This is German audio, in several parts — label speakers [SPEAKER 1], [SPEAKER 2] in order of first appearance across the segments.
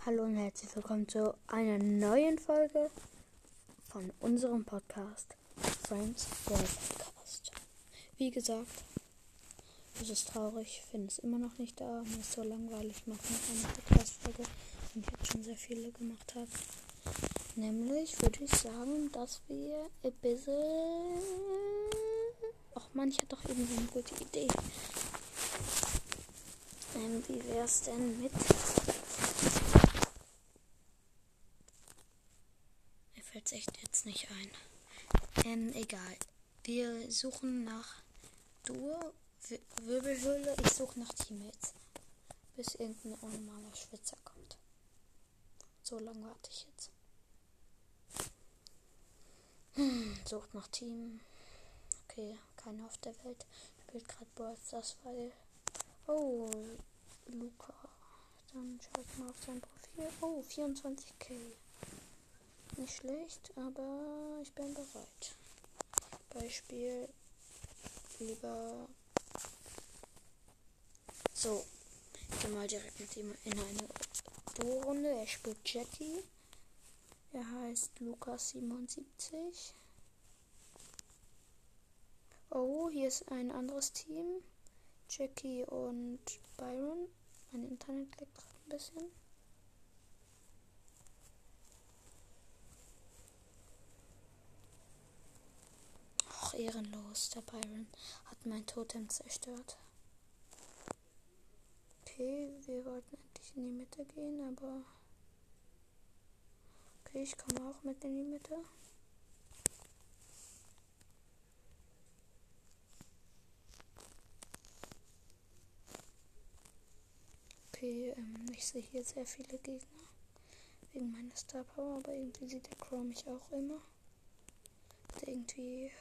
[SPEAKER 1] Hallo und herzlich willkommen zu einer neuen Folge von unserem Podcast Friends World Podcast. Wie gesagt, es ist traurig, ich finde es immer noch nicht da. Mir ist so langweilig, ich mache noch eine Podcast-Folge und ich jetzt schon sehr viele gemacht habe. Nämlich würde ich sagen, dass wir ein bisschen... Ach man, ich hatte doch eben so eine gute Idee. Wie wäre es denn mit... Mir fällt es echt jetzt nicht ein. Egal. Wir suchen nach Duo, Wirbelhöhle. Ich suche nach Teammates. Bis irgendein unnormaler Schwitzer kommt. So lange warte ich jetzt. Sucht nach Team. Okay, keiner auf der Welt. Spielt gerade Ballstars, weil... Oh, Luca. Dann schaue ich mal auf sein Profil. Oh, 24k. Nicht schlecht, aber ich bin bereit. Beispiel lieber so. Ich gehe mal direkt mit ihm in eine Duo-Runde. Er spielt Jackie. Er heißt Lukas77. Oh, hier ist ein anderes Team. Jackie und Byron. Mein Internet leckt gerade ein bisschen. Ach, ehrenlos. Der Byron hat mein Totem zerstört. Okay, wir wollten endlich in die Mitte gehen, aber... Okay, ich komme auch mit in die Mitte. Okay, ich sehe hier sehr viele Gegner. Wegen meiner Star Power, aber irgendwie sieht der Crow mich auch immer. Und irgendwie...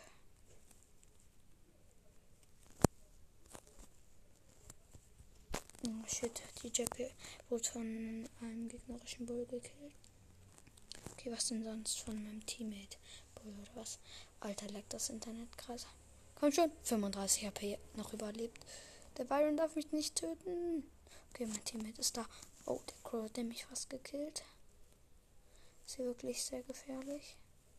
[SPEAKER 1] Oh shit, die Jackie wurde von einem gegnerischen Bull gekillt. Okay, was denn sonst von meinem Teammate? Bull oder was? Alter, leckt das Internet krass. Komm schon, 35 HP noch überlebt. Der Byron darf mich nicht töten. Okay, mein Teammate ist da. Oh, der Crow hat mich fast gekillt. Ist hier wirklich sehr gefährlich.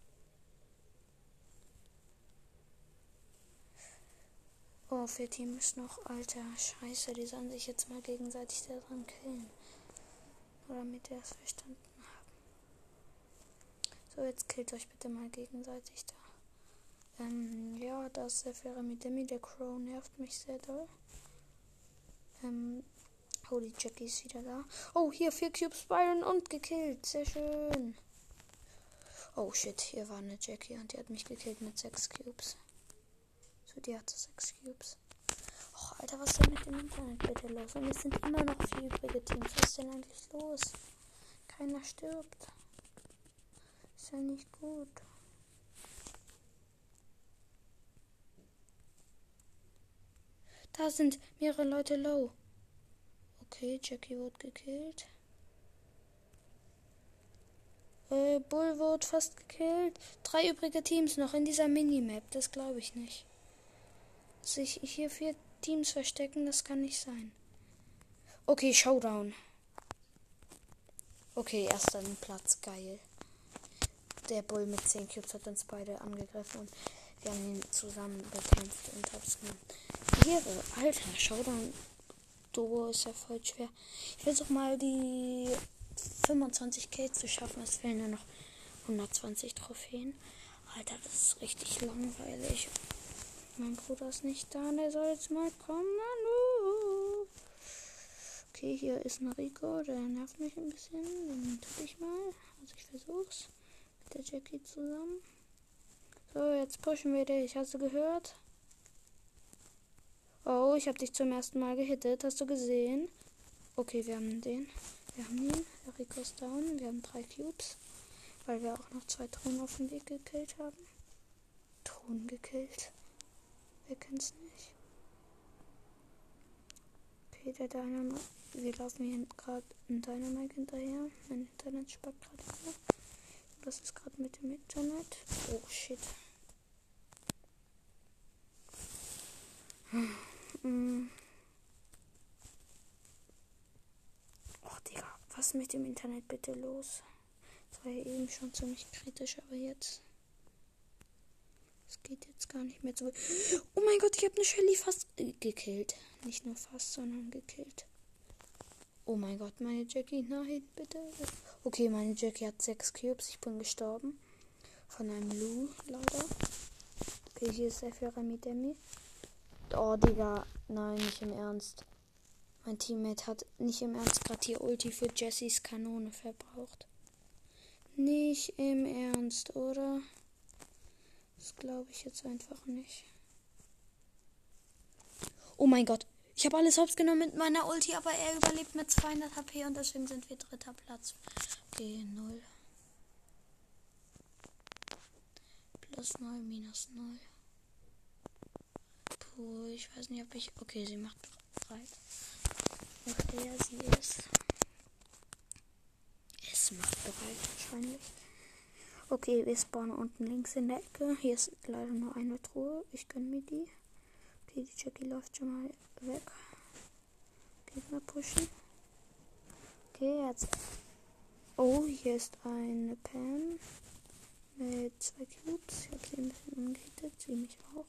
[SPEAKER 1] Oh, 4 Teams noch. Alter, scheiße, die sollen sich jetzt mal gegenseitig daran killen. Oder mit der es verstanden haben. So, jetzt killt euch bitte mal gegenseitig da. Ja, da ist der Ferramidemi. Der Crow nervt mich sehr doll. Oh, die Jackie ist wieder da. Oh, hier 4 Cubes Byron und gekillt. Sehr schön. Oh shit, hier war eine Jackie und die hat mich gekillt mit 6 Cubes. So, die hatte 6 Cubes. Och, Alter, was ist denn mit dem Internet bitte los? Und es sind immer noch 4 übrige Teams. Was ist denn eigentlich los? Keiner stirbt. Ist ja nicht gut. Da sind mehrere Leute low. Okay, Jackie wurde gekillt. Bull wurde fast gekillt. 3 übrige Teams noch in dieser Minimap. Das glaube ich nicht. Sich hier 4 Teams verstecken, das kann nicht sein. Okay, Showdown. Okay, erster Platz. Geil. Der Bull mit 10 Cubes hat uns beide angegriffen und wir haben ihn zusammen bekämpft und hab's gewonnen. Ehre, Alter, Showdown Duo ist ja voll schwer. Ich versuche mal die 25k zu schaffen. Es fehlen nur noch 120 Trophäen. Alter, das ist richtig langweilig. Mein Bruder ist nicht da, der soll jetzt mal kommen. Okay, hier ist ein Rico, der nervt mich ein bisschen. Den tue ich mal. Also ich versuch's. Mit der Jackie zusammen. So, jetzt pushen wir dich. Hast du gehört? Oh, ich habe dich zum ersten Mal gehittet. Hast du gesehen? Okay, wir haben den. Wir haben ihn. Der Rico ist down. Wir haben 3 Cubes. Weil wir auch noch 2 Thronen auf dem Weg gekillt haben. Thronen gekillt. Wer kennt's nicht? Okay, der Dynamite. Wir laufen hier gerade in Dynamite hinterher. Mein Internet spackt gerade wieder. Was ist gerade mit dem Internet? Oh, shit. Oh, Digga. Was mit mit dem Internet bitte los? Das war ja eben schon ziemlich kritisch, aber jetzt... Es geht jetzt gar nicht mehr so. Oh mein Gott, ich habe eine Shelly fast gekillt. Nicht nur fast, sondern gekillt. Oh mein Gott, meine Jackie. Nein, bitte. Okay, meine Jackie hat 6 Cubes. Ich bin gestorben. Von einem Lu, leider. Okay, hier ist der für Remi Demi. Oh, Digga. Nein, nicht im Ernst. Mein Teammate hat nicht im Ernst gerade die Ulti für Jessys Kanone verbraucht. Nicht im Ernst, oder? Das glaube ich jetzt einfach nicht. Oh mein Gott. Ich habe alles hops genommen mit meiner Ulti, aber er überlebt mit 200 HP und deswegen sind wir 3. Platz. Okay, 0. Plus 0, minus 0. Puh, ich weiß nicht, ob ich... Okay, sie macht bereit. Okay, ja, sie ist... Es macht bereit, wahrscheinlich. Okay, wir spawnen unten links in der Ecke. Hier ist leider nur eine Truhe. Ich gönne mir die. Okay, die Jackie läuft schon mal weg. Gegner pushen. Okay, jetzt. Oh, hier ist eine Pam mit 2 Cubes. Ich habe sie ein bisschen umgehittet. Sie mich auch.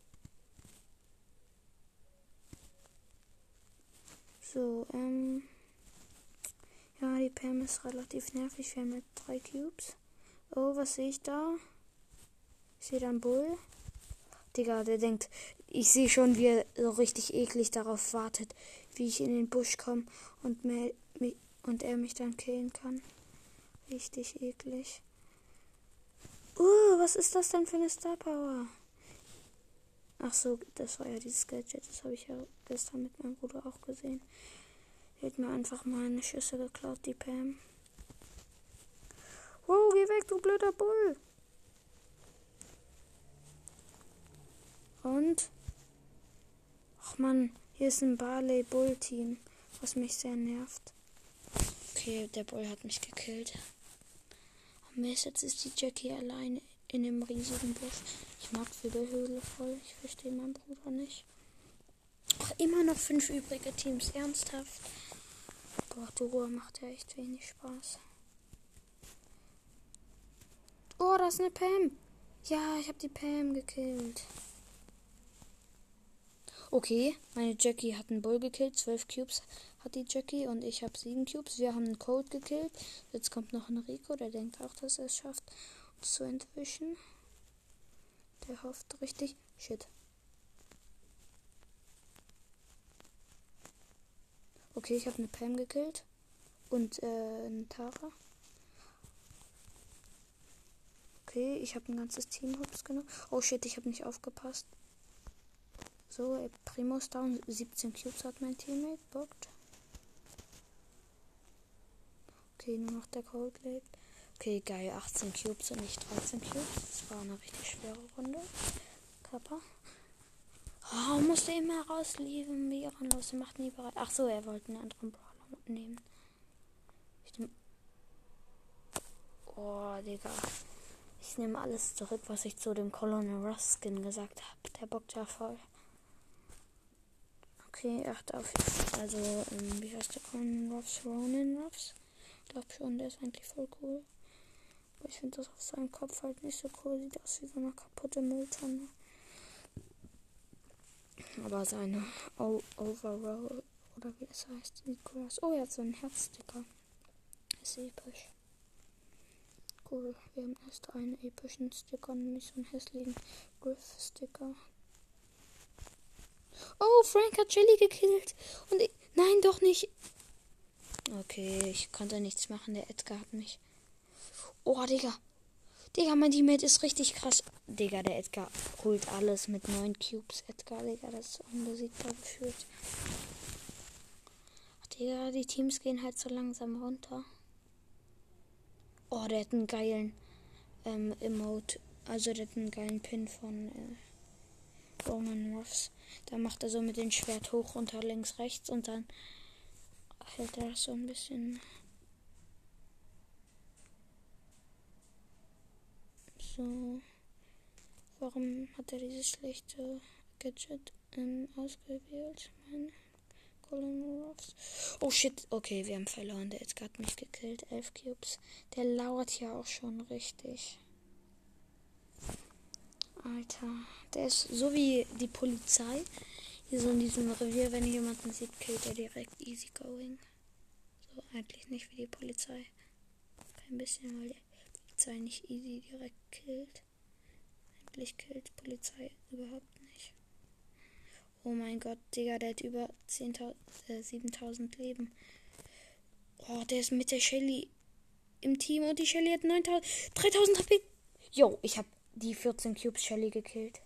[SPEAKER 1] So, ja, die Pam ist relativ nervig. Wir haben mit 3 Cubes. Oh, was sehe ich da? Ich sehe da einen Bull. Digga, der denkt, ich sehe schon, wie er so richtig eklig darauf wartet, wie ich in den Busch komme und er mich dann killen kann. Richtig eklig. Was ist das denn für eine Star Power? Ach so, das war ja dieses Gadget. Das habe ich ja gestern mit meinem Bruder auch gesehen. Er hat mir einfach meine Schüsse geklaut, die Pam. Wow, geh weg, du blöder Bull. Und? Ach man, hier ist ein Barley-Bull-Team, was mich sehr nervt. Okay, der Bull hat mich gekillt. Oh Mist, jetzt ist die Jackie alleine in dem riesigen Busch. Ich mag die Höhle voll. Ich verstehe meinen Bruder nicht. Ach, immer noch 5 übrige Teams. Ernsthaft? Boah, Duo macht ja echt wenig Spaß. Oh, da ist eine Pam. Ja, ich habe die Pam gekillt. Okay, meine Jackie hat einen Bull gekillt. 12 Cubes hat die Jackie und ich habe 7 Cubes. Wir haben einen Cold gekillt. Jetzt kommt noch ein Rico, der denkt auch, dass er es schafft, uns zu entwischen. Der hofft richtig. Shit. Okay, ich habe eine Pam gekillt. Und eine Tara. Okay, ich habe ein ganzes Team hops genommen. Oh shit, ich habe nicht aufgepasst. So, Primo ist down. 17 Cubes hat mein Teammate. Bockt. Okay, nur noch der Cold lebt. Okay, geil. 18 Cubes und nicht 13 Cubes. Das war eine richtig schwere Runde. Kappa. Oh, musste immer rauslieben. Wie ehrenlos. Er macht nie bereit. Ach so, er wollte einen anderen Brawler nehmen. Oh, Digga. Ich nehme alles zurück, was ich zu dem Colonel Russ Skin gesagt habe. Der bockt ja voll. Okay, 8 auf. Also, wie heißt der Colonel Ruffs? Ronin Ruffs? Ich glaube schon, der ist eigentlich voll cool. Aber ich finde das auf seinem Kopf halt nicht so cool. Sieht aus wie so eine kaputte Mülltonne. Aber seine Overall, oder wie es heißt, sieht cool aus. Oh, er hat so einen Herzsticker. Ist episch. Cool, wir haben erst einen epischen Sticker, nämlich so einen hässlichen Griff-Sticker. Oh, Frank hat Jelly gekillt. Und ich, nein, doch nicht. Okay, ich konnte nichts machen. Der Edgar hat mich. Oh, Digga. Digga, mein Teammate ist richtig krass. Digga, der Edgar holt alles mit 9 Cubes. Edgar, Digga, das ist unbesiegbar gefühlt. Ach, Digga, die Teams gehen halt so langsam runter. Oh, der hat einen geilen Emote. Also der hat einen geilen Pin von Roman Ruffs. Da macht er so mit dem Schwert hoch, runter, links, rechts und dann hält er das so ein bisschen. So. Warum hat er dieses schlechte Gadget ausgewählt? Mein Colin Ruffs. Oh shit, okay, wir haben verloren. Der Edgar hat mich gekillt. 11 Cubes. Der lauert ja auch schon richtig. Alter, der ist so wie die Polizei. Hier so in diesem Revier, wenn jemanden sieht, killt er direkt easy going. So, eigentlich nicht wie die Polizei. Kein bisschen, weil die Polizei nicht easy direkt killt. Eigentlich killt Polizei überhaupt nicht. Oh mein Gott, Digga, der hat über 7.000 Leben. Oh, der ist mit der Shelly im Team und die Shelly hat 3.000 HP. Jo, ich habe die 14 Cubes Shelly gekillt.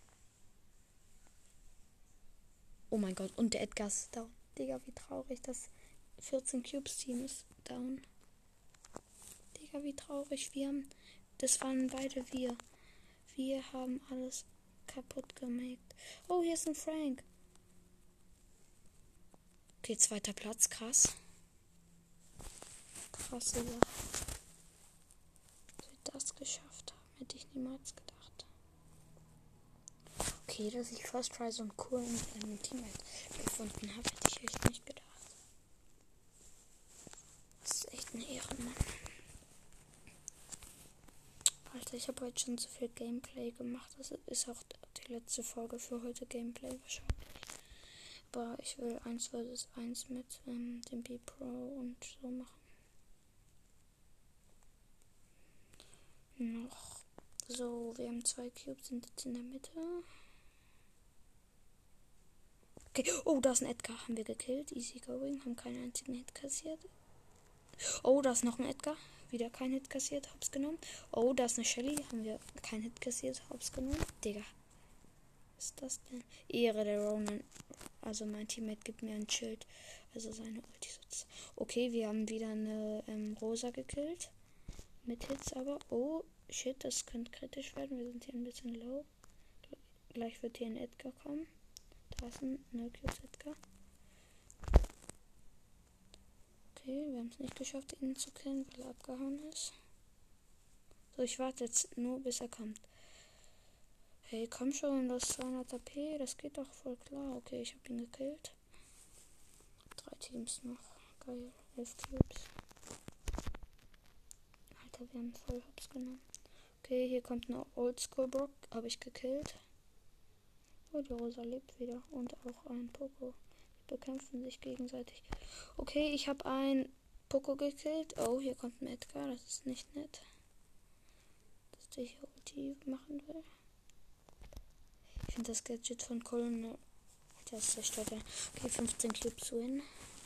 [SPEAKER 1] Oh mein Gott, und der Edgar ist down. Digga, wie traurig, das 14 Cubes Team ist down. Digga, wie traurig. Das waren beide wir. Wir haben alles kaputt gemacht. Oh, hier ist ein Frank. Okay, 2. Platz, krass. Krasse Sache. Dass wir das geschafft haben, hätte ich niemals gedacht. Okay, dass ich First Try so einen coolen Teammate gefunden habe, hätte ich echt nicht gedacht. Das ist echt ein Ehrenmann. Alter, ich habe heute schon so viel Gameplay gemacht. Das ist auch die letzte Folge für heute Gameplay wahrscheinlich. Aber ich will 1 vs 1 mit dem B-Pro und so machen. Noch. So, wir haben 2 Cubes, sind jetzt in der Mitte. Okay, oh, da ist ein Edgar, haben wir gekillt. Easy going, haben keinen einzigen Hit kassiert. Oh, da ist noch ein Edgar. Wieder kein Hit kassiert, hab's genommen. Oh, da ist eine Shelly, haben wir keinen Hit kassiert, hab's genommen. Digga. Was ist das denn? Ehre der Ronan. Also mein Teammate gibt mir ein Schild. Also seine Ulti sitzt. Okay, wir haben wieder eine Rosa gekillt. Mit Hits aber. Oh, shit, das könnte kritisch werden. Wir sind hier ein bisschen low. Gleich wird hier ein Edgar kommen. Da ist ein Nurkius Edgar. Okay, wir haben es nicht geschafft, ihn zu killen, weil er abgehauen ist. So, ich warte jetzt nur, bis er kommt. Hey, komm schon, das ist 200 AP, das geht doch voll klar. Okay, ich habe ihn gekillt. 3 Teams noch. Geil, 11 Cubes. Alter, wir haben voll Hops genommen. Okay, hier kommt eine Oldschool Brock, habe ich gekillt. Oh, die Rosa lebt wieder. Und auch ein Poco. Die bekämpfen sich gegenseitig. Okay, ich habe ein Poco gekillt. Oh, hier kommt ein Edgar, das ist nicht nett. Dass der hier Ulti machen will. Ich finde das Gadget von Colin. Das zerstört er. Okay, 15 Clips win.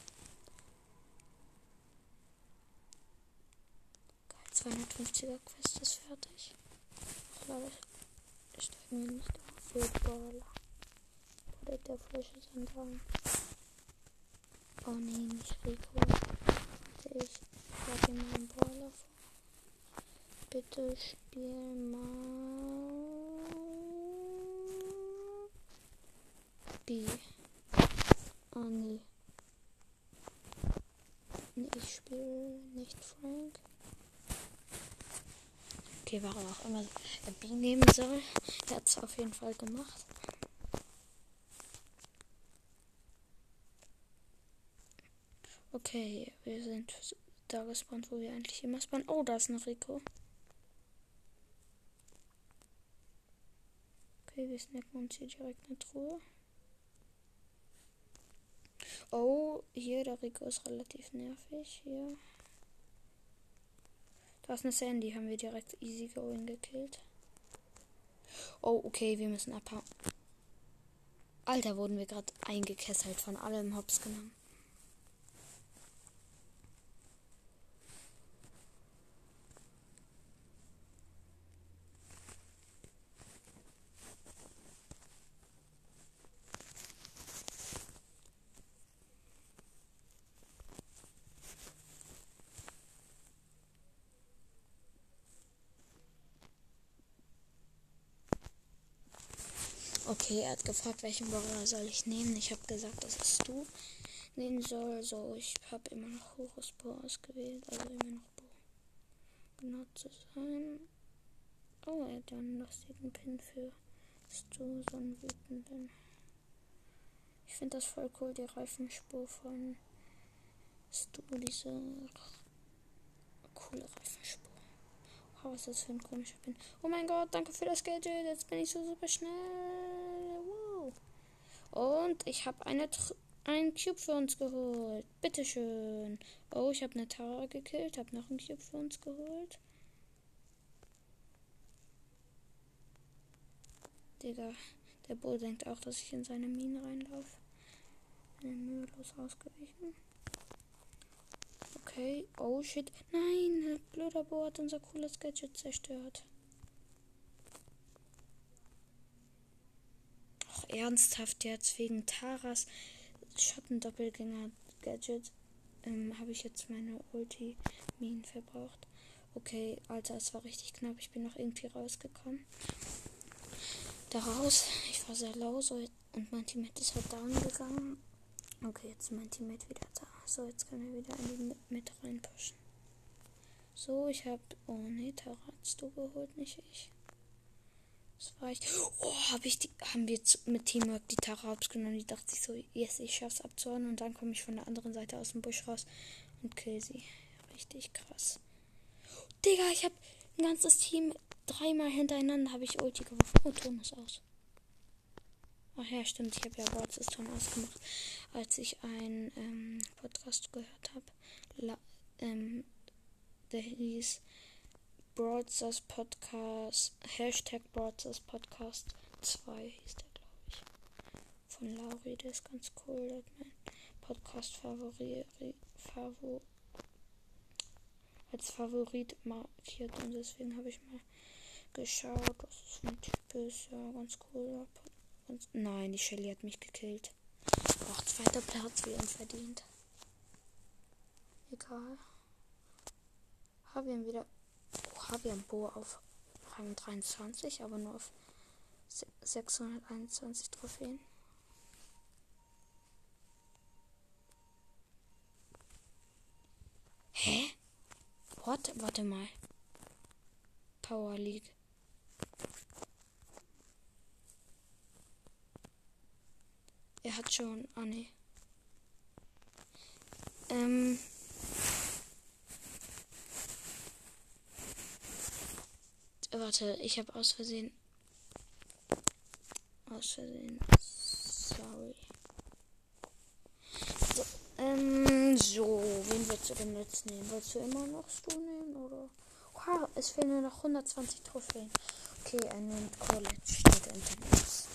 [SPEAKER 1] Geil, 250er Quest ist fertig. Ich glaube, ich steige mir nicht auf. Footballer. Oder der frische Sandalen. Oh nee, nicht Rico. Ich schlage ihm meinen Brawler vor. Bitte spiel mal. B. Oh nee. Nee, ich spiele nicht Frank. Okay, warum auch immer er B nehmen soll. Er hat es auf jeden Fall gemacht. Okay, wir sind da gespawnt, wo wir eigentlich immer spawnen. Oh, da ist ein Rico. Okay, wir snacken uns hier direkt eine Truhe. Oh, hier, der Rico ist relativ nervig. Hier. Da ist eine Sandy, haben wir direkt easy going gekillt. Oh, okay, wir müssen abhauen. Alter, wurden wir gerade eingekesselt, von allem Hops genommen. Okay, er hat gefragt, welchen Brawler soll ich nehmen. Ich habe gesagt, dass es du nehmen soll. So, ich habe immer noch Horus Bo ausgewählt. Also immer noch Bo. Genau zu sein. Oh, er hat dann noch den Pin für Stu, so einen wütenden. Ich finde das voll cool, die Reifenspur von Stu, diese coole Reifenspur. Oh, was ist das für ein komischer Pin? Oh mein Gott, danke für das Gadget. Jetzt bin ich so super schnell. Wow. Und ich habe einen Cube für uns geholt. Bitteschön. Oh, ich habe eine Tara gekillt. Habe noch einen Cube für uns geholt. Digga, der Bull denkt auch, dass ich in seine Mine reinlaufe. Mühelos ausgewichen. Okay. Oh shit. Nein, der blöder Bo hat unser cooles Gadget zerstört. Ach, ernsthaft jetzt wegen Taras Schattendoppelgänger-Gadget habe ich jetzt meine Ulti-Minen verbraucht. Okay, Alter, es war richtig knapp. Ich bin noch irgendwie rausgekommen. Daraus, ich war sehr low, so, und mein Teammate ist halt down gegangen. Okay, jetzt ist mein Teammate wieder da. So, jetzt können wir wieder in die Mitte reinpushen. So, ich habe... Oh nee, Tara hast du geholt, nicht ich. Das war ich... Oh, haben wir mit Teamwork die Tara abgenommen. Die dachte sich so, yes, ich schaff's abzuhauen. Und dann komme ich von der anderen Seite aus dem Busch raus und kill sie. Richtig krass. Digga, ich habe ein ganzes Team 3-mal hintereinander habe ich Ulti geworfen. Oh, Ton ist aus. Ach ja, stimmt. Ich habe ja Worts Ton ausgemacht, als ich einen Podcast gehört habe. Der hieß Broadstars Podcast, Hashtag Broadstars Podcast 2 hieß der, glaube ich. Von Lauri, der ist ganz cool. Der hat mein Podcast als Favorit markiert und deswegen habe ich mal geschaut, was das für ein Typ ist. Ja, ganz cool. Nein, die Shelly hat mich gekillt. Ach, 2. Platz, wie unverdient. Egal. Haben wir wieder. Haben wir ein Bo auf Rang 23, aber nur auf 621 Trophäen. Hä? What? Warte mal. Power League. Er hat schon. Ah, nee. Warte, ich habe aus Versehen. Sorry. So, wen willst du denn jetzt nehmen? Willst du immer noch Stu nehmen, oder? Wow, es fehlen nur noch 120 Trophäen. Okay, er nimmt College, steht hinter uns.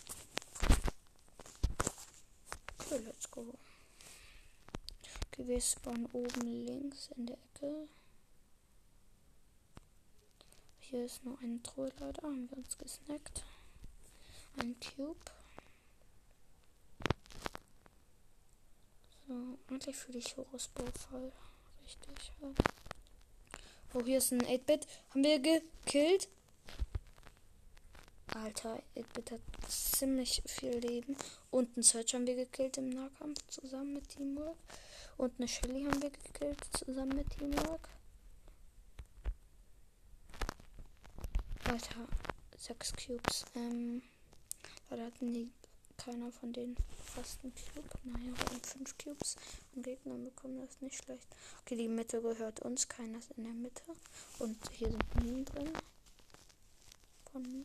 [SPEAKER 1] Okay, let's go. Okay, wir spawnen oben links in der Ecke. Hier ist nur eine Truhe, leider. Haben wir uns gesnackt. Ein Cube. So, eigentlich fühle ich Horus Bow voll. Richtig. Ja. Oh, hier ist ein 8-Bit. Haben wir gekillt? Alter, 8-Bit hat ziemlich viel Leben. Und einen Search haben wir gekillt im Nahkampf zusammen mit Teamwork. Und eine Shelly haben wir gekillt zusammen mit Teamwork. Alter, 6 Cubes. Leider hatten die keiner von denen fast einen Cube. Naja, wir haben 5 Cubes und Gegner bekommen, das ist nicht schlecht. Okay, die Mitte gehört uns, keiner ist in der Mitte. Und hier sind Minen drin. Von mir.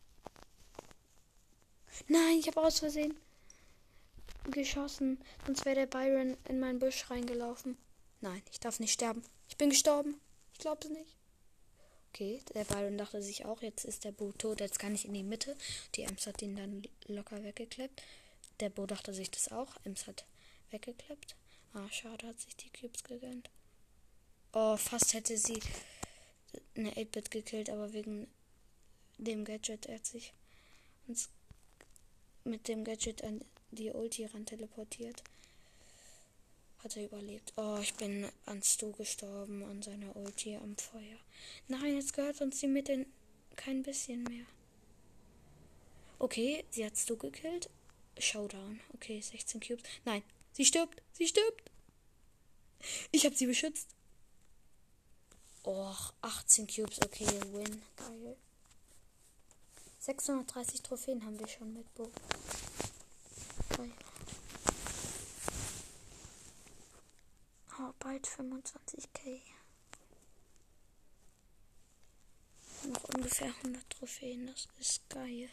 [SPEAKER 1] Nein, ich habe aus Versehen geschossen. Sonst wäre der Byron in meinen Busch reingelaufen. Nein, ich darf nicht sterben. Ich bin gestorben. Ich glaube es nicht. Okay, der Byron dachte sich auch, jetzt ist der Bo tot, jetzt kann ich in die Mitte. Die Ems hat ihn dann locker weggekleppt. Der Bo dachte sich das auch. Ems hat weggekleppt. Ah, schade, hat sich die Cubes gegönnt. Oh, fast hätte sie eine 8-Bit gekillt, aber wegen dem Gadget, er hat sich uns mit dem Gadget an die Ulti ran teleportiert. Hat er überlebt. Oh, ich bin an Stu gestorben, an seiner Ulti am Feuer. Nein, jetzt gehört uns die Mitte kein bisschen mehr. Okay, sie hat Stu gekillt. Showdown. Okay, 16 Cubes. Nein, sie stirbt. Sie stirbt. Ich habe sie beschützt. Oh, 18 Cubes. Okay, win. Geil. 630 Trophäen haben wir schon mit Bo. Geil. bald 25k. Noch ungefähr 100 Trophäen, das ist geil.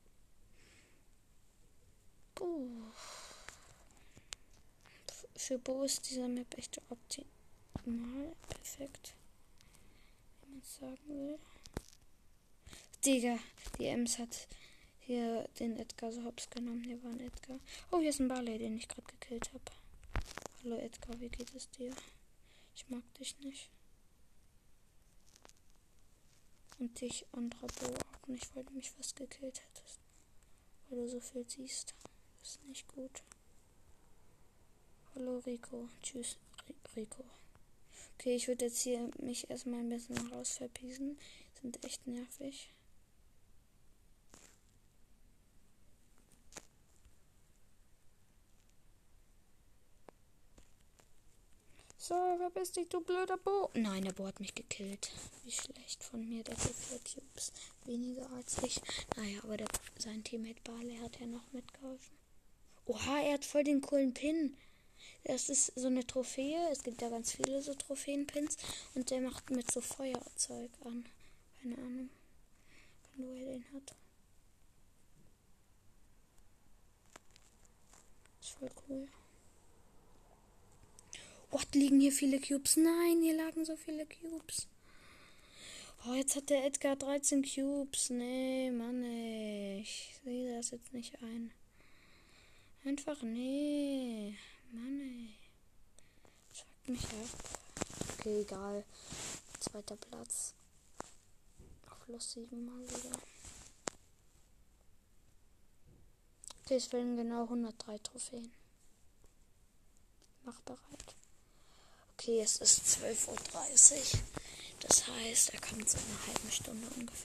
[SPEAKER 1] Für Bo ist dieser Map echt optimal. Perfekt. Wie man es sagen will. Digga, die Ems hat hier den Edgar so hops genommen. Hier war ein Edgar. Oh, hier ist ein Barley, den ich gerade gekillt habe. Hallo Edgar, wie geht es dir? Ich mag dich nicht. Und dich, anderer Bo, auch nicht, weil du mich fast gekillt hättest. Weil du so viel siehst. Das ist nicht gut. Hallo Rico. Tschüss, Rico. Okay, ich würde jetzt hier mich erstmal ein bisschen raus verpiesen. Sind echt nervig. So, verpiss dich, du blöder Bo. Nein, der Bo hat mich gekillt. Wie schlecht von mir. Der hat 4 Cubes weniger als ich. Naja, aber sein Teammate Barley hat ja noch mitgeholfen. Oha, er hat voll den coolen Pin. Das ist so eine Trophäe. Es gibt ja ganz viele so Trophäenpins. Und der macht mit so Feuerzeug an. Keine Ahnung, wo er den hat. Ist voll cool. Oh, liegen hier viele Cubes. Nein, hier lagen so viele Cubes. Oh, jetzt hat der Edgar 13 Cubes. Nee, Mann, ey. Ich sehe das jetzt nicht ein. Einfach nee. Mann, ey. Das fuckt mich ab. Okay, egal. 2. Platz. Auf plus 7 mal wieder. Okay, es fehlen genau 103 Trophäen. Mach bereit. Okay, es ist 12:30 Uhr. Das heißt, er kommt so eine halbe Stunde ungefähr.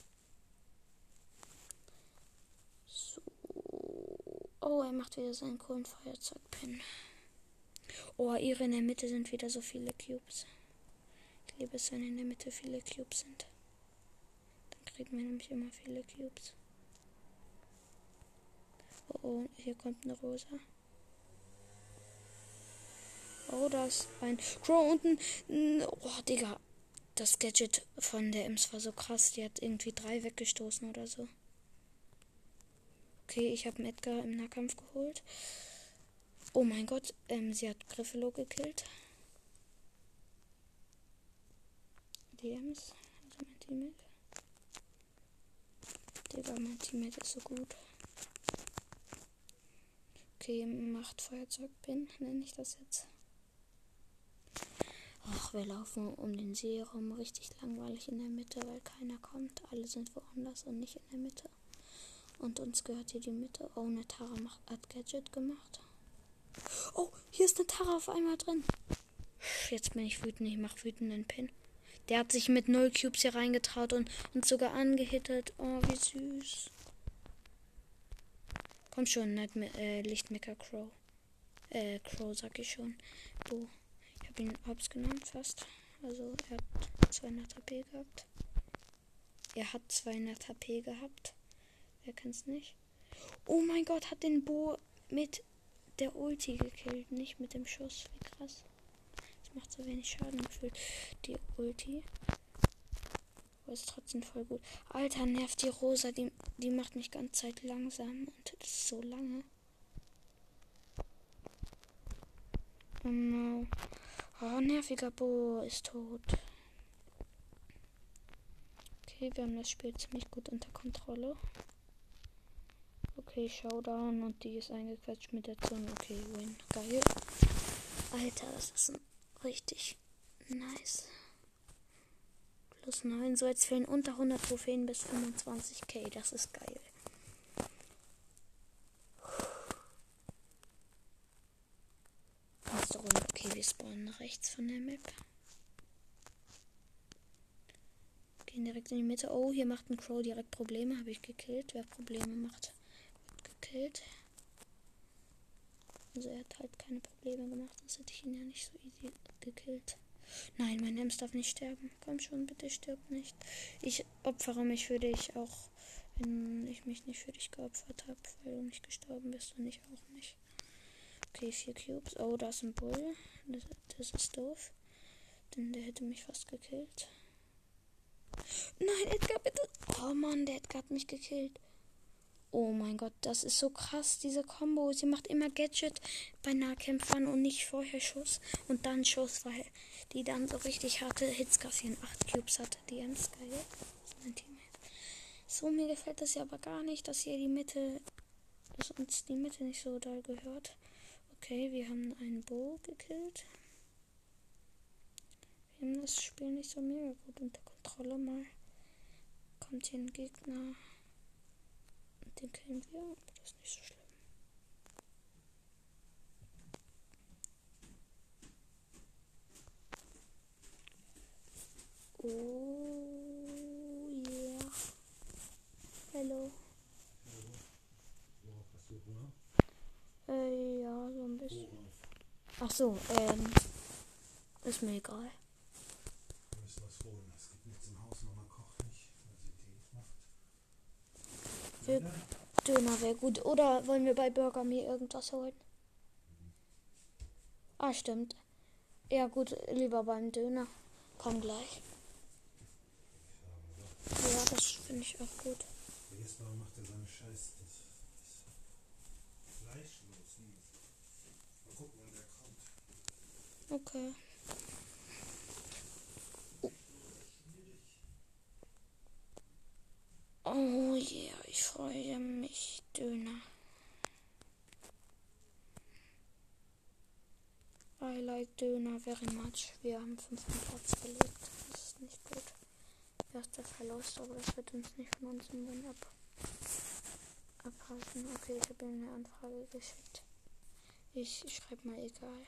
[SPEAKER 1] So. Oh, er macht wieder seinen coolen Feuerzeugpin. Oh, ihre in der Mitte sind wieder so viele Cubes. Ich liebe es, wenn in der Mitte viele Cubes sind. Dann kriegen wir nämlich immer viele Cubes. Oh, oh, hier kommt eine Rosa. Oh, da ist ein Crow unten. Oh, Digga. Das Gadget von der Ems war so krass. Die hat irgendwie 3 weggestoßen oder so. Okay, ich habe einen Edgar im Nahkampf geholt. Oh mein Gott, sie hat Griffalo gekillt. Die Ems, also mein Teammate. Digga, mein Teammate ist so gut. Okay, macht Feuerzeugpin, nenne ich das jetzt. Ach, wir laufen um den See rum, richtig langweilig in der Mitte, weil keiner kommt. Alle sind woanders und nicht in der Mitte. Und uns gehört hier die Mitte. Oh, eine Tara hat Gadget gemacht. Oh, hier ist eine Tara auf einmal drin. Jetzt bin ich wütend, ich mache wütenden Pin. Der hat sich mit 0 Cubes hier reingetraut und sogar angehittet. Oh, wie süß. Komm schon, Lichtmecker Crow. Crow sag ich schon. Bo. Ich habe ihn hops genommen fast. Also er hat 200 HP gehabt. Er hat 200 HP gehabt. Wer kennt's nicht? Oh mein Gott, hat den Bo mit der Ulti gekillt, nicht mit dem Schuss. Wie krass. Das macht so wenig Schaden gefühlt. Die Ulti. Aber ist trotzdem voll gut. Alter, nervt die Rosa. Die macht mich ganz Zeit langsam. Und das ist so lange. Oh no. Oh, nerviger Bo ist tot. Okay, wir haben das Spiel ziemlich gut unter Kontrolle. Okay, Showdown und die ist eingequetscht mit der Zunge. Okay, win. Geil. Alter, das ist richtig nice. Plus 9. So, jetzt fehlen unter 100 Trophäen bis 25k. Das ist geil. Nächste Runde. Okay, wir spawnen rechts von der Map. Gehen direkt in die Mitte. Oh, hier macht ein Crow direkt Probleme. Habe ich gekillt. Wer Probleme macht, wird gekillt. Also er hat halt keine Probleme gemacht. Sonst hätte ich ihn ja nicht so easy gekillt. Nein, mein Ems darf nicht sterben. Komm schon, bitte stirb nicht. Ich opfere mich für dich, auch wenn ich mich nicht für dich geopfert habe, weil du nicht gestorben bist und ich auch nicht. Okay, 4 Cubes. Oh, da ist ein Bull. Das ist doof. Denn der hätte mich fast gekillt. Nein, Edgar, bitte. Oh Mann, der Edgar hat mich gekillt. Oh mein Gott, das ist so krass, diese Combo. Sie macht immer Gadget bei Nahkämpfern und nicht vorher Schuss. Und dann Schuss, weil die dann so richtig harte Hits kassieren. 8 Cubes hatte die Ems. Geil. Das ist mein Teammate. So, mir gefällt das ja aber gar nicht, dass hier die Mitte, dass uns die Mitte nicht so doll gehört. Okay, wir haben einen Bo gekillt. Wir haben das Spiel nicht so mega gut unter Kontrolle. Mal kommt hier ein Gegner. Und den killen wir. Aber das ist nicht so schlimm. Oh yeah. Hello. Ja, so ein bisschen. Ach so, ist mir egal.
[SPEAKER 2] Wir müssen was holen. Es gibt nichts im Haus, Mama kocht nicht, weil sie Tee macht.
[SPEAKER 1] Döner wäre gut. Oder wollen wir bei Burger mir irgendwas holen? Ah, stimmt. Ja gut, lieber beim Döner. Komm gleich. Ja, das finde ich auch gut.
[SPEAKER 2] Jetzt macht er seine Scheiße. Das ist fleischlos. Mal gucken, wann der kommt.
[SPEAKER 1] Okay. Oh yeah, ich freue mich. Döner. I like Döner very much. Wir haben 5. Platz belegt. Das ist nicht gut. Erster Verlust, aber das wird uns nicht von uns im Win abhalten. Okay, ich habe ihm eine Anfrage geschickt. Ich schreibe mal egal.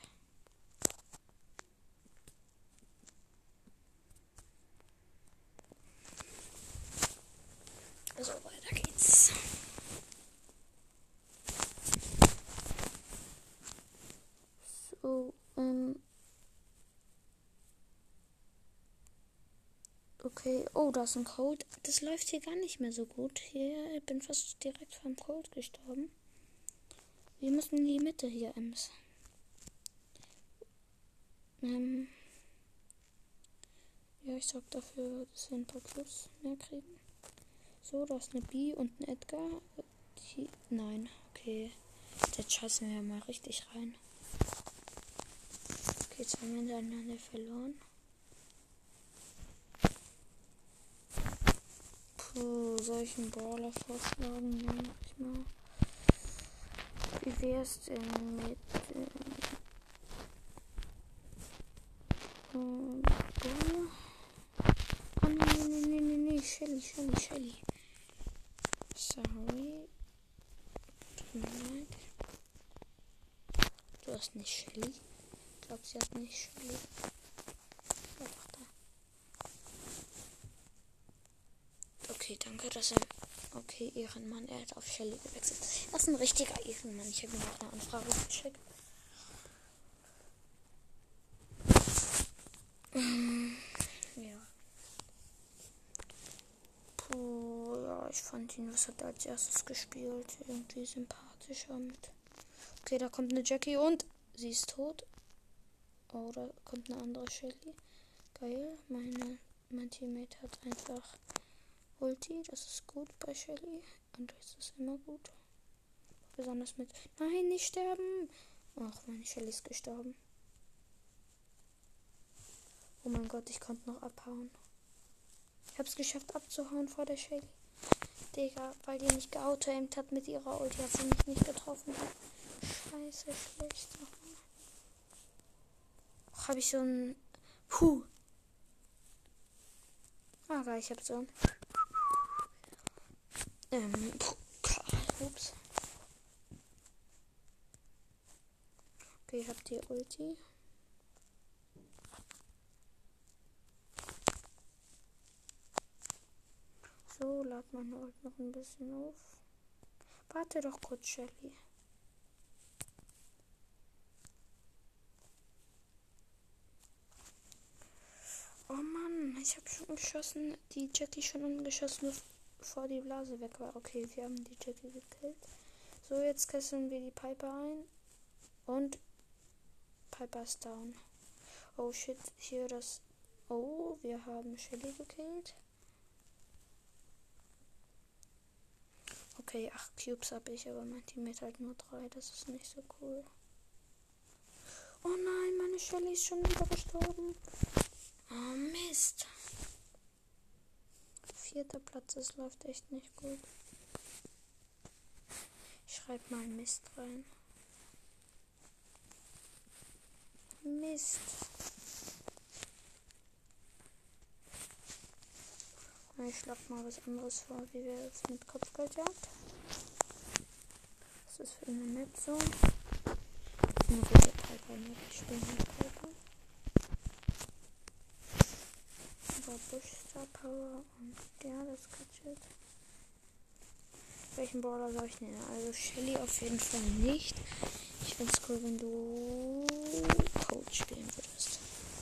[SPEAKER 1] So, weiter geht's. So, okay. Oh, da ist ein Code. Das läuft hier gar nicht mehr so gut. Hier, ich bin fast direkt vom Code gestorben. Wir müssen in die Mitte hier, Ems. Ja, ich sorge dafür, dass wir ein paar Cubes mehr kriegen. So, da ist eine B und ein Edgar. Nein, okay. Jetzt scheißen wir mal richtig rein. Okay, jetzt haben wir hintereinander verloren. Puh, soll ich einen Brawler vorschlagen? Ja, mach ich mal. Wie wär's denn mit Bull? Oh nee, Shelly. Sorry. Tut mir leid. Du hast nicht Shelly. Ich glaube, sie hat nicht Shelly. Einfach da. Okay, danke, dass er... Okay, Ehrenmann, er hat auf Shelly gewechselt. Er ist ein richtiger Ehrenmann. Ich habe ihm auch eine Anfrage geschickt. Ja. Puh, ja, ich fand ihn, was hat er als erstes gespielt? Irgendwie sympathischer mit. Okay, da kommt eine Jackie und sie ist tot. Oh, da kommt eine andere Shelly. Geil, mein Teammate hat einfach Ulti. Das ist gut bei Shelly. Und das ist immer gut. Besonders mit... Nein, nicht sterben! Ach, meine Shelly ist gestorben. Oh mein Gott, ich konnte noch abhauen. Ich habe es geschafft abzuhauen vor der Shelly. Digga, weil die nicht geauto-aimt hat mit ihrer Ulti, hat sie mich nicht getroffen. Scheiße, schlecht. Ach, habe ich so ein... Puh. Ah, geil, ich habe so ein... Ups. Okay, ich habe die Ulti. So, lad meine Ult noch ein bisschen auf. Warte doch kurz, Shelly. Oh Mann, ich habe schon geschossen. Die Jackie schon angeschossen, bevor die Blase weg war. Okay, wir haben die Jackie gekillt. So, jetzt kesseln wir die Piper ein. Und Piper ist down. Oh shit, hier das... Oh, wir haben Shelly gekillt. Okay, 8 Cubes habe ich, aber mein Teammate halt nur 3. Das ist nicht so cool. Oh nein, meine Shelly ist schon wieder gestorben. Oh Mist. 4. Platz, das läuft echt nicht gut. Ich schreibe mal Mist rein. Mist. Ich schlage mal was anderes vor, wie wir jetzt mit Kopfgeldjagd. Was ist für eine Map so? Eine gute Piper-Map. Ich spiele mit Piper. Aber Bush Star Power und ja, das Gadget. Welchen Brawler soll ich nehmen? Also Shelly auf jeden Fall nicht. Ich finde es cool, wenn du Coach spielen würdest.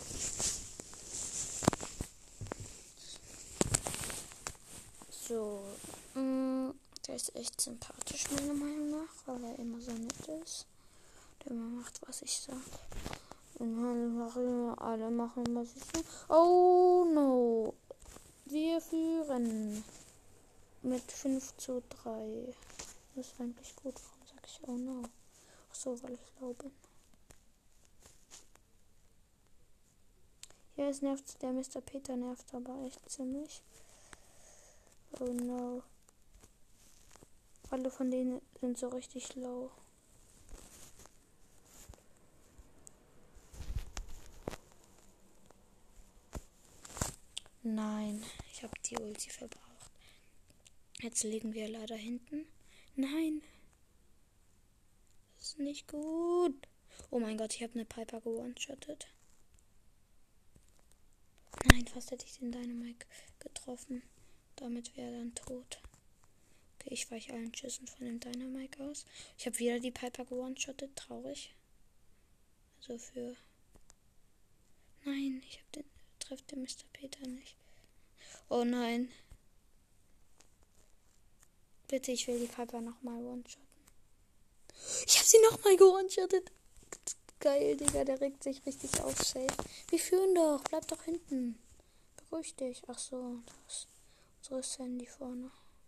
[SPEAKER 1] So, der ist echt sympathisch, meiner Meinung nach, weil er immer so nett ist. Der immer macht, was ich sag. Und alle machen, was ich sag. Oh no! Wir führen mit 5:3. Das ist eigentlich gut. Warum sag ich oh no? Ach so, weil ich lau bin. Ja, es nervt, der Mr. Peter nervt aber echt ziemlich. Oh no. Alle von denen sind so richtig low. Nein, ich habe die Ulti verbraucht. Jetzt liegen wir leider hinten. Nein. Das ist nicht gut. Oh mein Gott, ich habe eine Piper ge-one-shottet. Nein, fast hätte ich den Dynamite getroffen. Damit wäre er dann tot. Okay, ich weiche allen Schüssen von dem Dynamite aus. Ich habe wieder die Piper ge-one-shottet. Traurig. Also für... Nein, ich habe den... Treffe den Mr. Peter nicht. Oh nein. Bitte, ich will die Piper nochmal one-shotten. Ich habe sie nochmal ge-one-shottet. Geil, Digga, der regt sich richtig auf, safe. Wir führen doch, bleib doch hinten. Beruhig dich. Ach so, das ist unser Sandy vorne.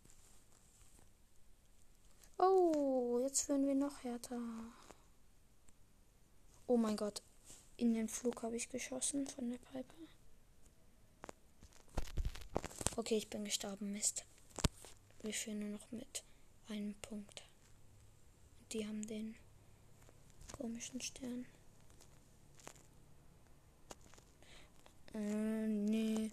[SPEAKER 1] Oh, jetzt führen wir noch härter. Oh mein Gott, in den Flug habe ich geschossen von der Piper. Okay, ich bin gestorben, Mist. Wir führen nur noch mit einem Punkt. Die haben den komischen Stern. Nee.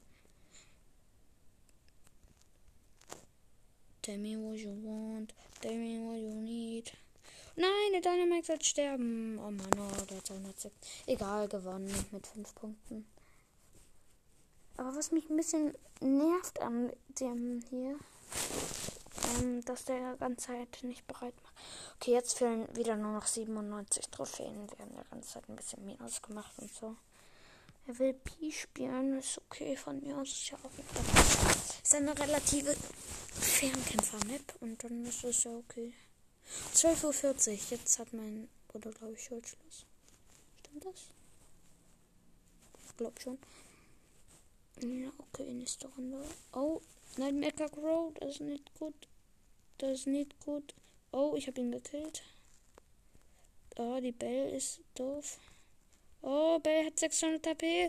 [SPEAKER 1] Tell me what you want. Tell me what you need. Nein, der Dynamite soll sterben. Oh Mann, oh, der hat 270. Egal, gewonnen mit 5 Punkten. Aber was mich ein bisschen nervt an dem hier, dass der ganze Zeit nicht bereit macht. Okay, jetzt fehlen wieder nur noch 97 Trophäen. Wir haben ja ganze Zeit ein bisschen Minus gemacht und so. Er will Pi spielen, ist okay von mir aus. Ist ja auch ist eine relative Fernkämpfer-Map und dann ist es ja okay. 12:40 Uhr, jetzt hat mein Bruder, glaube ich, Schulschluss. Stimmt das? Ich glaube schon. Ja, okay, nächste Runde. Oh, Nightmare Crow, das ist nicht gut. Das ist nicht gut. Oh, ich habe ihn gekillt. Oh, die Belle ist doof. Oh, Belle hat 600 HP.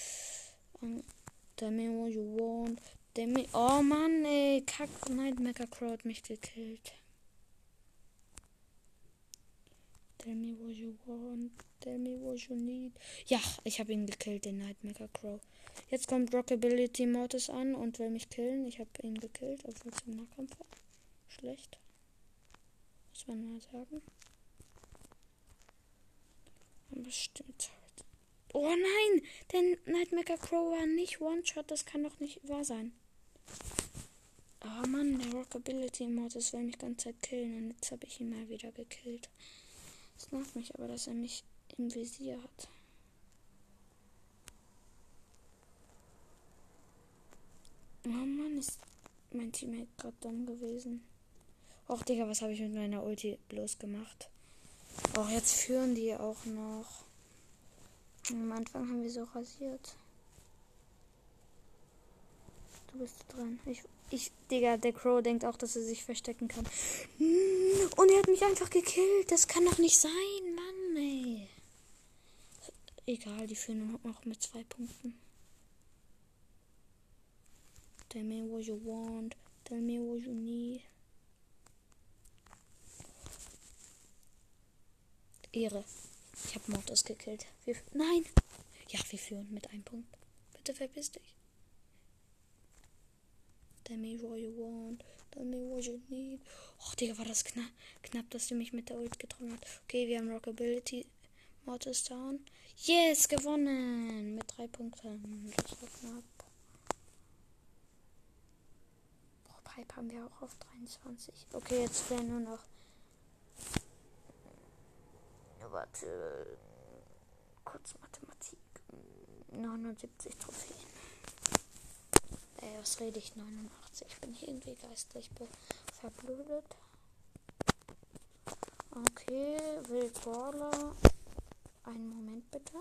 [SPEAKER 1] Tell me what you want. Tell me... Oh Mann, ey. Kack, Nightmare Crow hat mich gekillt. Tell me what you want. Tell me what you need. Ja, ich habe ihn gekillt, den Nightmare Crow. Jetzt kommt Rockability Mortis an und will mich killen. Ich habe ihn gekillt, obwohl es im Nahkampf war. Schlecht. Muss man mal sagen. Aber stimmt halt. Oh nein! Der Nightmare Crow war nicht One-Shot. Das kann doch nicht wahr sein. Oh Mann, der Rockability Mortis will mich ganze Zeit killen. Und jetzt habe ich ihn mal wieder gekillt. Es nervt mich aber, dass er mich im Visier hat. Oh Mann, ist mein Teammate gerade dumm gewesen. Och, Digga, was habe ich mit meiner Ulti bloß gemacht? Oh, jetzt führen die auch noch. Am Anfang haben wir so rasiert. Du bist dran. Digga, der Crow denkt auch, dass er sich verstecken kann. Und er hat mich einfach gekillt. Das kann doch nicht sein, Mann, ey. Egal, die führen noch mit 2 Punkten. Tell me what you want. Tell me what you need. Ehre. Ich habe Mortis gekillt. Nein! Ja, wir führen mit 1 Punkt. Bitte verpiss dich. Tell me what you want. Tell me what you need. Och, Digga, war das knapp, dass du mich mit der Ult getroffen hast. Okay, wir haben Rockability. Mortis down. Yes, gewonnen! Mit 3 Punkten. Das war knapp. Pipe haben wir auch auf 23. Okay, jetzt fehlen nur noch. Warte. Kurz Mathematik. 79 Trophäen. Was rede ich? 89. Ich bin hier irgendwie geistlich verblödet. Okay, Wild Brawler. Einen Moment bitte.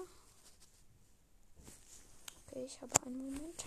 [SPEAKER 1] Okay, ich habe einen Moment.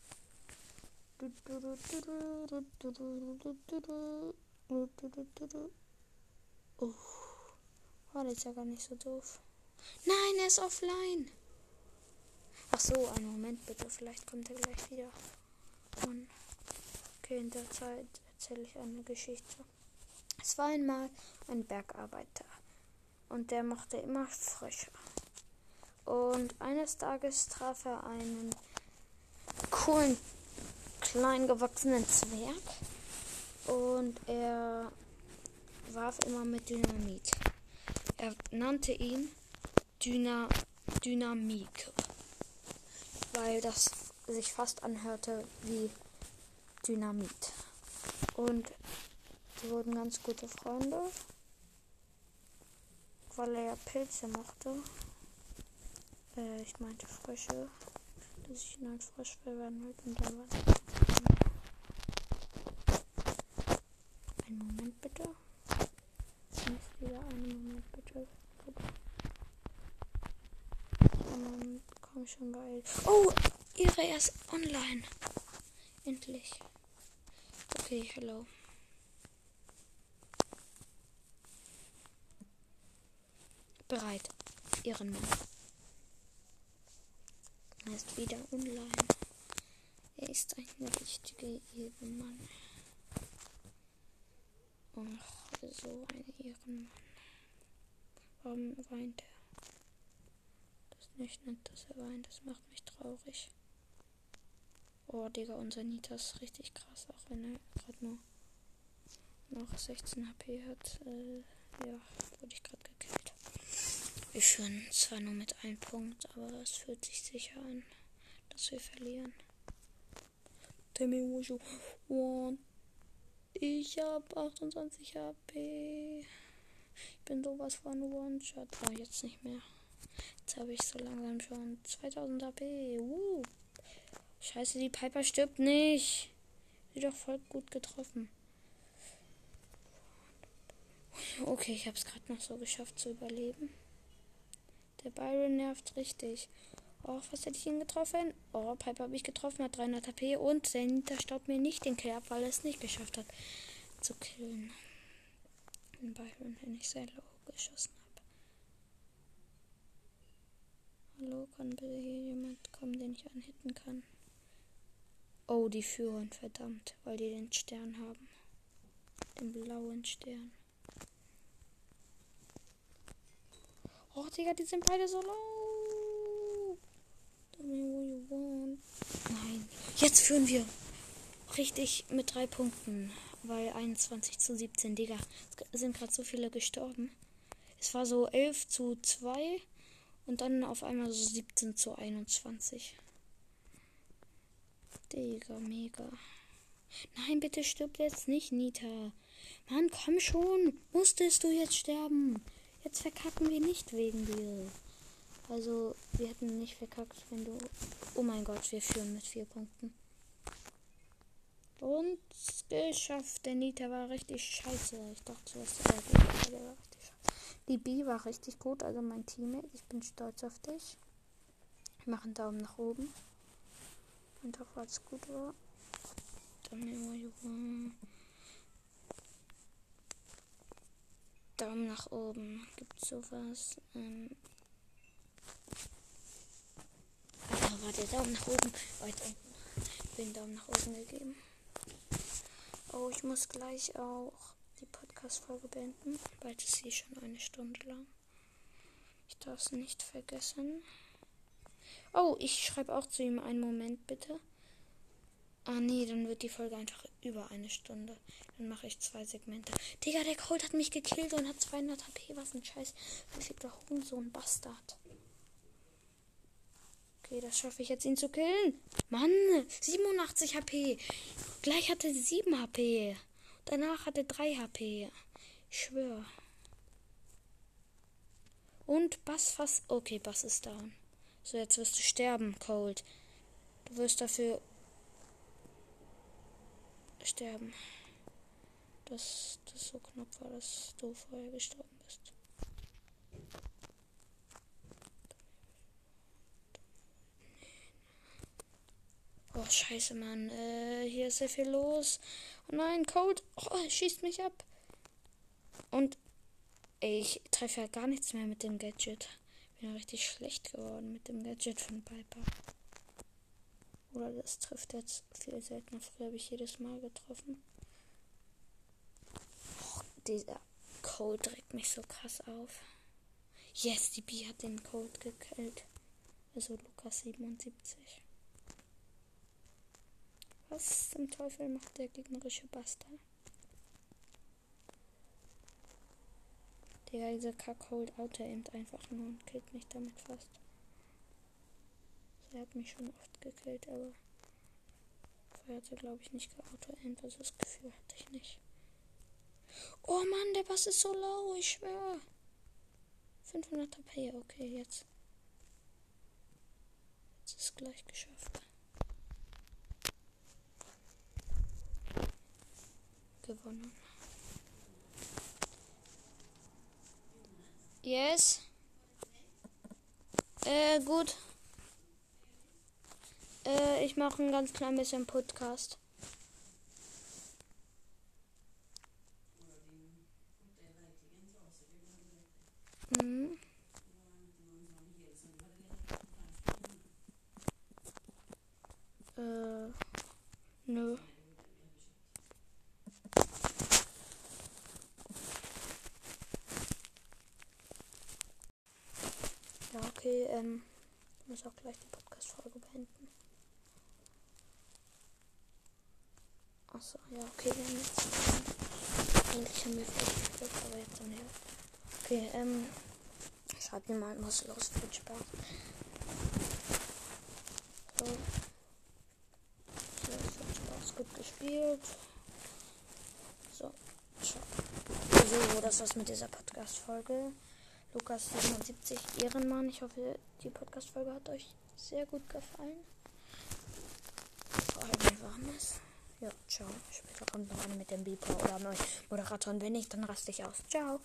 [SPEAKER 1] Oh, war das ja gar nicht so doof. Nein, er ist offline. Ach so, einen Moment bitte. Vielleicht kommt er gleich wieder. Und okay, in der Zeit erzähle ich eine Geschichte. Es war einmal ein Bergarbeiter und der machte immer Frösche. Und eines Tages traf er einen coolen, klein gewachsenen Zwerg und er warf immer mit Dynamit. Er nannte ihn Dynamik, weil das sich fast anhörte wie Dynamit. Und die wurden ganz gute Freunde, weil er ja Pilze mochte. Ich meinte Frösche, dass ich ihn als Frosch verwandelt und dann war einen Moment bitte. Nicht wieder einen Moment bitte. Komm schon bei. Oh, er ist online. Endlich. Okay, hello. Bereit. Ehrenmann. Er ist wieder online. Er ist ein richtiger Ehrenmann. Ach, so ein Ehrenmann. Warum weint er? Das ist nicht nett, dass er weint. Das macht mich traurig. Oh, Digga, unser Nita ist richtig krass, auch wenn er gerade nur noch 16 HP hat. Ja, wurde ich gerade gekillt. Wir führen zwar nur mit 1 Punkt, aber es fühlt sich sicher an, dass wir verlieren. Tell me what you want. Ich hab 28 HP. Ich bin sowas von One-Shot. Oh, jetzt nicht mehr. Jetzt habe ich so langsam schon 2000 HP. Scheiße, die Piper stirbt nicht. Sie doch voll gut getroffen. Okay, ich habe es gerade noch so geschafft zu überleben. Der Byron nervt richtig. Oh, was hätte ich ihn getroffen? Oh, Piper habe ich getroffen, hat 300 HP und der Nita staubt mir nicht den Kill ab, weil er es nicht geschafft hat zu killen. Den Byron, den ich sehr low geschossen habe. Hallo, kann bitte hier jemand kommen, den ich anhitten kann? Oh, die führen, verdammt, weil die den Stern haben. Den blauen Stern. Oh, Digga, die sind beide so low. Tell me what you want. Nein, jetzt führen wir. Richtig mit 3 Punkten. Weil 21:17, Digga. Es sind gerade so viele gestorben. Es war so 11:2 und dann auf einmal so 17:21. Digga, mega. Nein, bitte stirb jetzt nicht, Nita. Mann, komm schon. Musstest du jetzt sterben? Jetzt verkacken wir nicht wegen dir. Also, wir hätten nicht verkackt, wenn du... Oh mein Gott, wir führen mit 4 Punkten. Und geschafft. Der Nita war richtig scheiße. Ich dachte, was der war richtig scheiße. Die B war richtig gut, also mein Teammate. Ich bin stolz auf dich. Ich mache einen Daumen nach oben. Und auch weil es gut war. Daumen nach oben. Gibt sowas? Warte, Daumen nach oben. Weiter unten. Ich will einen Daumen nach oben gegeben. Oh, ich muss gleich auch die Podcast-Folge beenden, weil es ist schon 1 Stunde lang. Ich darf es nicht vergessen. Oh, ich schreibe auch zu ihm einen Moment, bitte. Ah, nee, dann wird die Folge einfach über 1 Stunde. Dann mache ich 2 Segmente. Digga, der Colt hat mich gekillt und hat 200 HP. Was ein Scheiß. Verfickter Hurensohn, Bastard. Okay, das schaffe ich jetzt, ihn zu killen. Mann, 87 HP. Gleich hatte er 7 HP. Danach hatte er 3 HP. Ich schwöre. Und Bass fast... Okay, Bass ist down. So, jetzt wirst du sterben, Colt. Du wirst dafür sterben. Dass das so knapp war, dass du vorher gestorben bist. Oh, scheiße, Mann. Hier ist sehr viel los. Oh nein, Colt. Oh, er schießt mich ab. Und ich treffe ja gar nichts mehr mit dem Gadget. Bin ja richtig schlecht geworden mit dem Gadget von Piper. Oder das trifft jetzt viel seltener. Früher habe ich jedes Mal getroffen. Oh, dieser Code regt mich so krass auf. Yes, die B hat den Code gekillt. Also Lukas 77. Was zum Teufel macht der gegnerische Bastard? Digga, dieser Kack-Hold auto-aimt einfach nur und killt mich damit fast. Er hat mich schon oft gekillt, aber vorher hat er, glaube ich, nicht geauto-aimt, also das Gefühl hatte ich nicht. Oh Mann, der Bass ist so low, ich schwöre. 500 HP, okay, jetzt. Jetzt ist es gleich geschafft. Gewonnen. Yes. Gut. Ich mache ein ganz klein bisschen Podcast. Mhm. Nö. Ja, okay, ich muss auch gleich die Podcast-Folge beenden. Achso, ja, okay, wir haben jetzt. Eigentlich haben wir vielleicht Glück, aber jetzt haben wir. Okay, schreibt mir mal, was los, viel Spaß. So. So, viel Spaß, gut gespielt. So, ciao. So, das war's mit dieser Podcast-Folge. Lukas 77, Ehrenmann. Ich hoffe, die Podcast-Folge hat euch sehr gut gefallen. Vor allem, wie warm ist. Ja, ciao. Später kommt noch eine mit dem Beeper oder neuen Moderator. Und wenn nicht, dann raste ich aus. Ciao.